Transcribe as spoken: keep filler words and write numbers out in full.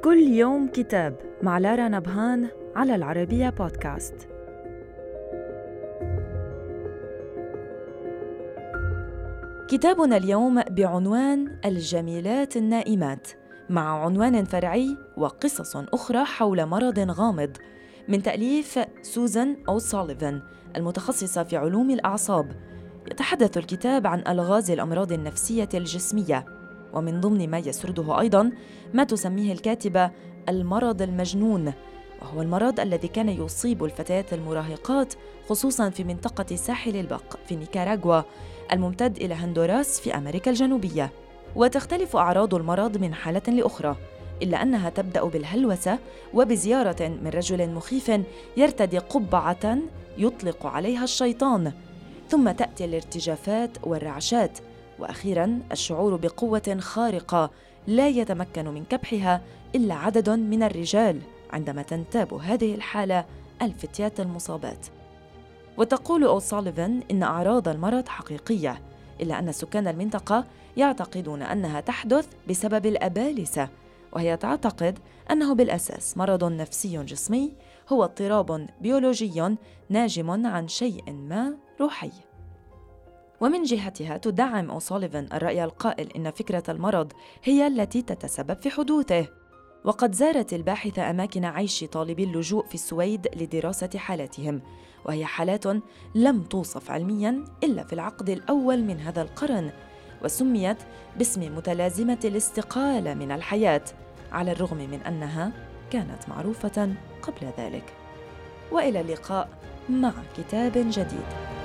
كل يوم كتاب مع لارا نبهان على العربية بودكاست. كتابنا اليوم بعنوان الجميلات النائمات، مع عنوان فرعي وقصص أخرى حول مرض غامض، من تأليف سوزان أوسوليفان المتخصصة في علوم الأعصاب. يتحدث الكتاب عن ألغاز الأمراض النفسية الجسمية، ومن ضمن ما يسرده أيضاً ما تسميه الكاتبة المرض المجنون، وهو المرض الذي كان يصيب الفتيات المراهقات خصوصاً في منطقة ساحل البق في نيكاراغوا الممتد إلى هندوراس في أمريكا الجنوبية. وتختلف أعراض المرض من حالة لأخرى، إلا أنها تبدأ بالهلوسة وبزيارة من رجل مخيف يرتدي قبعة يطلق عليها الشيطان، ثم تأتي الارتجافات والرعشات، وأخيراً الشعور بقوة خارقة لا يتمكن من كبحها إلا عدد من الرجال عندما تنتاب هذه الحالة الفتيات المصابات. وتقول أوسوليفان إن أعراض المرض حقيقية، إلا أن سكان المنطقة يعتقدون أنها تحدث بسبب الأبالسة، وهي تعتقد أنه بالأساس مرض نفسي جسمي، هو اضطراب بيولوجي ناجم عن شيء ما روحي. ومن جهتها تدعم أوسوليفان الرأي القائل إن فكرة المرض هي التي تتسبب في حدوثه. وقد زارت الباحثة أماكن عيش طالبي اللجوء في السويد لدراسة حالاتهم، وهي حالات لم توصف علمياً إلا في العقد الأول من هذا القرن، وسميت باسم متلازمة الاستقالة من الحياة، على الرغم من أنها كانت معروفة قبل ذلك. وإلى اللقاء مع كتاب جديد.